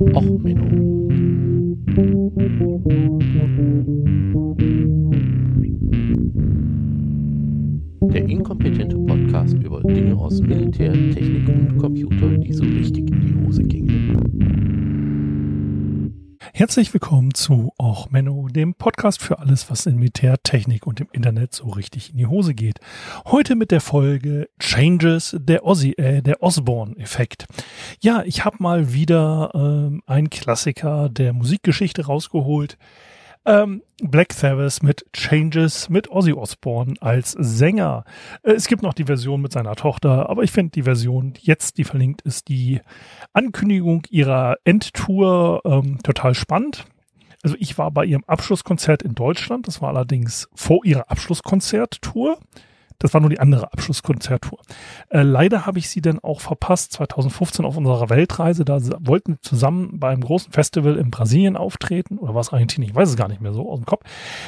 Och, Menno. Der inkompetente Podcast über Dinge aus Militär, Technik und Computer, die so richtig in die Hose gingen. Herzlich willkommen zu Och Menno, dem Podcast für alles, was in Militär, Technik und im Internet so richtig in die Hose geht. Heute mit der Folge Changes, der Osborne-Effekt. Ja, ich habe mal wieder einen Klassiker der Musikgeschichte rausgeholt. Black Sabbath mit Changes mit Ozzy Osbourne als Sänger. Es gibt noch die Version mit seiner Tochter, aber ich finde die Version jetzt, die verlinkt ist, die Ankündigung ihrer Endtour total spannend. Also ich war bei ihrem Abschlusskonzert in Deutschland, das war allerdings vor ihrer Abschlusskonzerttour. Das war nur die andere Abschlusskonzerttour. Leider habe ich sie dann auch verpasst, 2015 auf unserer Weltreise. Da wollten wir zusammen bei einem großen Festival in Brasilien auftreten. Oder war es Argentinien? Ich weiß es gar nicht mehr so aus dem Kopf.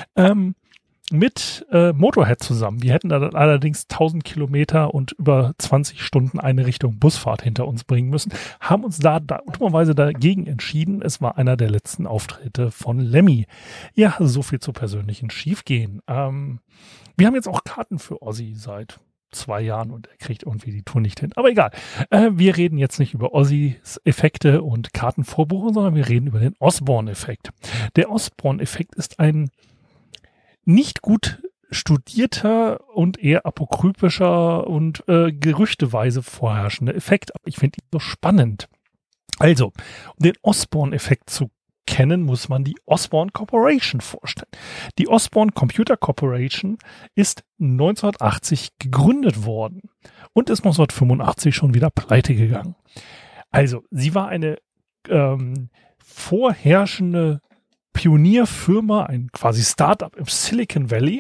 Mit Motorhead zusammen. Wir hätten da allerdings 1000 Kilometer und über 20 Stunden eine Richtung Busfahrt hinter uns bringen müssen. Haben uns da dummerweise dagegen entschieden. Es war einer der letzten Auftritte von Lemmy. Ja, so viel zu persönlichen Schiefgehen. Wir haben jetzt auch Karten für Ozzy seit 2 Jahren und er kriegt irgendwie die Tour nicht hin. Aber egal. Wir reden jetzt nicht über Ozzys Effekte und Kartenvorbuchung, sondern wir reden über den Osborne-Effekt. Der Osborne-Effekt ist ein nicht gut studierter und eher apokryphischer und gerüchteweise vorherrschender Effekt. Aber ich finde ihn so spannend. Also, um den Osborne-Effekt zu kennen, muss man die Osborne Corporation vorstellen. Die Osborne Computer Corporation ist 1980 gegründet worden und ist 1985 schon wieder pleite gegangen. Also, sie war eine vorherrschende Pionierfirma, ein quasi Startup im Silicon Valley,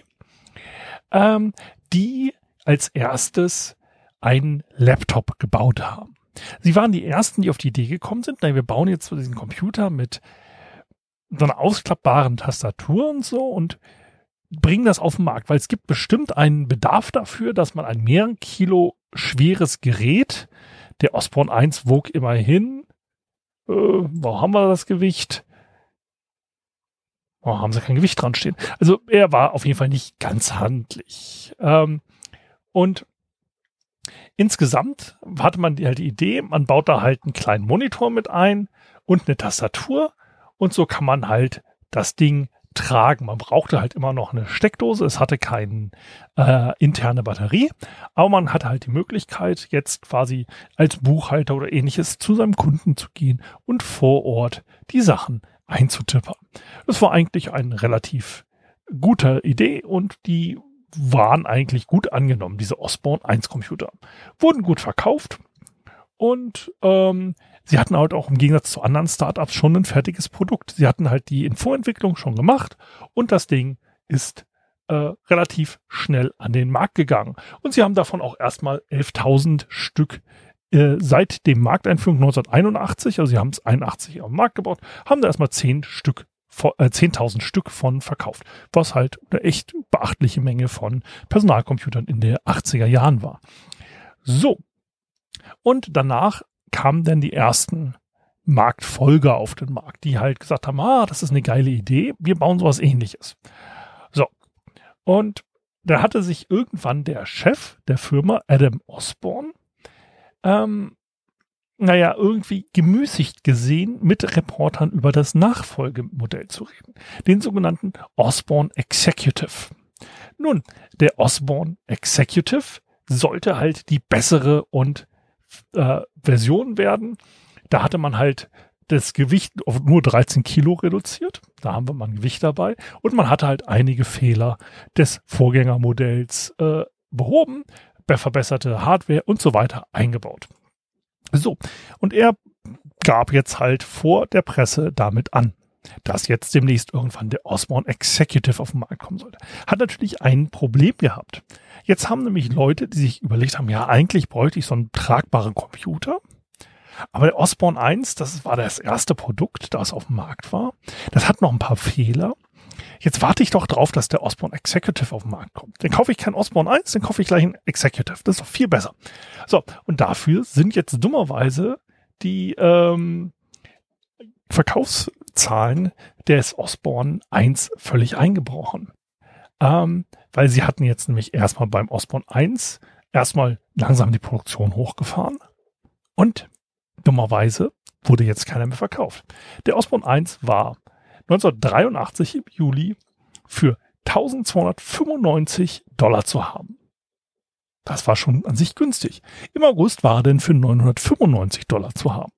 die als erstes einen Laptop gebaut haben. Sie waren die ersten, die auf die Idee gekommen sind, wir bauen jetzt diesen Computer mit so einer ausklappbaren Tastatur und so und bringen das auf den Markt, weil es gibt bestimmt einen Bedarf dafür, dass man ein mehreren Kilo schweres Gerät, der Osborne 1 wog immerhin, wo haben wir das Gewicht? Oh, haben sie kein Gewicht dran stehen. Also er war auf jeden Fall nicht ganz handlich. Und insgesamt hatte man die Idee, man baut da halt einen kleinen Monitor mit ein und eine Tastatur und so kann man halt das Ding tragen. Man brauchte halt immer noch eine Steckdose, es hatte keine interne Batterie, aber man hatte halt die Möglichkeit, jetzt quasi als Buchhalter oder ähnliches zu seinem Kunden zu gehen und vor Ort die Sachen einzutippern. Das war eigentlich eine relativ gute Idee und die waren eigentlich gut angenommen, diese Osborne 1 Computer. Wurden gut verkauft und sie hatten halt auch im Gegensatz zu anderen Startups schon ein fertiges Produkt. Sie hatten halt die Vorentwicklung schon gemacht und das Ding ist relativ schnell an den Markt gegangen. Und sie haben davon auch erstmal 11.000 Stück seit dem Markteinführung 1981, also sie haben es 81 auf den Markt gebaut, haben da erstmal 10.000 Stück von verkauft, was halt eine echt beachtliche Menge von Personalcomputern in den 80er Jahren war. So, und danach kamen dann die ersten Marktfolger auf den Markt, die halt gesagt haben, das ist eine geile Idee, wir bauen sowas Ähnliches. So, und da hatte sich irgendwann der Chef der Firma, Adam Osborne, irgendwie gemüßigt gesehen, mit Reportern über das Nachfolgemodell zu reden. Den sogenannten Osborne Executive. Nun, der Osborne Executive sollte halt die bessere und Version werden. Da hatte man halt das Gewicht auf nur 13 Kilo reduziert. Da haben wir mal ein Gewicht dabei. Und man hatte halt einige Fehler des Vorgängermodells behoben, verbesserte Hardware und so weiter eingebaut. So, und er gab jetzt halt vor der Presse damit an, dass jetzt demnächst irgendwann der Osborne Executive auf den Markt kommen sollte. Hat natürlich ein Problem gehabt. Jetzt haben nämlich Leute, die sich überlegt haben, ja, eigentlich bräuchte ich so einen tragbaren Computer. Aber der Osborne 1, das war das erste Produkt, das auf dem Markt war. Das hat noch ein paar Fehler. Jetzt warte ich doch drauf, dass der Osborne Executive auf den Markt kommt. Dann kaufe ich kein Osborne 1, dann kaufe ich gleich ein Executive. Das ist doch viel besser. So, und dafür sind jetzt dummerweise die Verkaufszahlen des Osborne 1 völlig eingebrochen. Weil sie hatten jetzt nämlich erstmal beim Osborne 1 erstmal langsam die Produktion hochgefahren und dummerweise wurde jetzt keiner mehr verkauft. Der Osborne 1 war 1983 im Juli für $1.295 zu haben. Das war schon an sich günstig. Im August war er denn für $995 zu haben.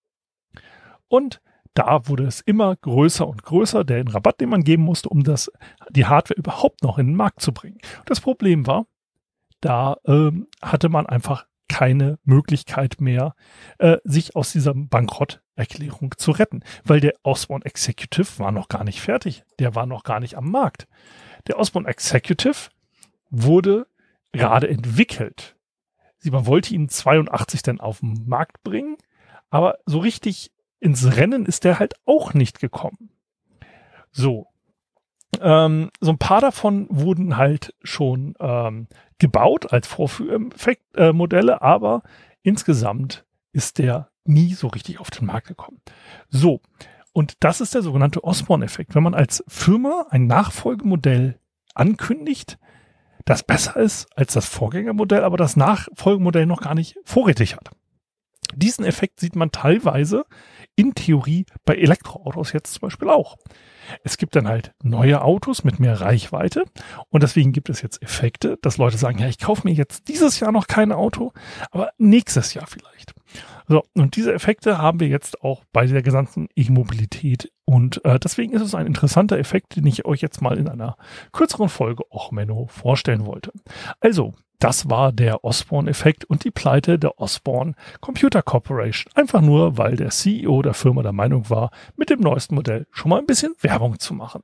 Und da wurde es immer größer und größer, den Rabatt, den man geben musste, um die Hardware überhaupt noch in den Markt zu bringen. Das Problem war, da hatte man einfach keine Möglichkeit mehr, sich aus dieser Bankrotterklärung zu retten, weil der Osborne Executive war noch gar nicht fertig. Der war noch gar nicht am Markt. Der Osborne Executive wurde gerade entwickelt. Man wollte ihn 82 dann auf den Markt bringen, aber so richtig ins Rennen ist der halt auch nicht gekommen. So ein paar davon wurden halt schon gebaut als Vorführmodelle, aber insgesamt ist der nie so richtig auf den Markt gekommen. So, und das ist der sogenannte Osborne-Effekt. Wenn man als Firma ein Nachfolgemodell ankündigt, das besser ist als das Vorgängermodell, aber das Nachfolgemodell noch gar nicht vorrätig hat. Diesen Effekt sieht man teilweise in Theorie bei Elektroautos jetzt zum Beispiel auch. Es gibt dann halt neue Autos mit mehr Reichweite und deswegen gibt es jetzt Effekte, dass Leute sagen, ja, ich kaufe mir jetzt dieses Jahr noch kein Auto, aber nächstes Jahr vielleicht. So, und diese Effekte haben wir jetzt auch bei der gesamten E-Mobilität und deswegen ist es ein interessanter Effekt, den ich euch jetzt mal in einer kürzeren Folge auch Menno vorstellen wollte. Also, das war der Osborne-Effekt und die Pleite der Osborne Computer Corporation. Einfach nur, weil der CEO der Firma der Meinung war, mit dem neuesten Modell schon mal ein bisschen Werbung zu machen.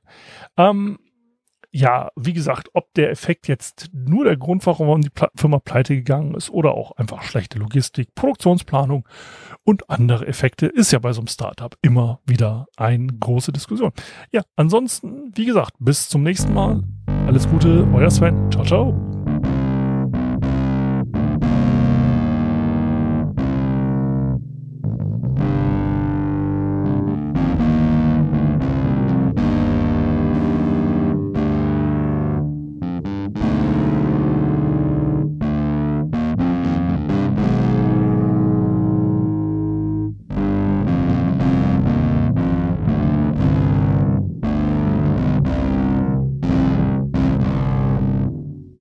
Ja, wie gesagt, ob der Effekt jetzt nur der Grund war, warum die Firma pleite gegangen ist oder auch einfach schlechte Logistik, Produktionsplanung und andere Effekte, ist ja bei so einem Startup immer wieder eine große Diskussion. Ja, ansonsten, wie gesagt, bis zum nächsten Mal. Alles Gute, euer Sven. Ciao, ciao.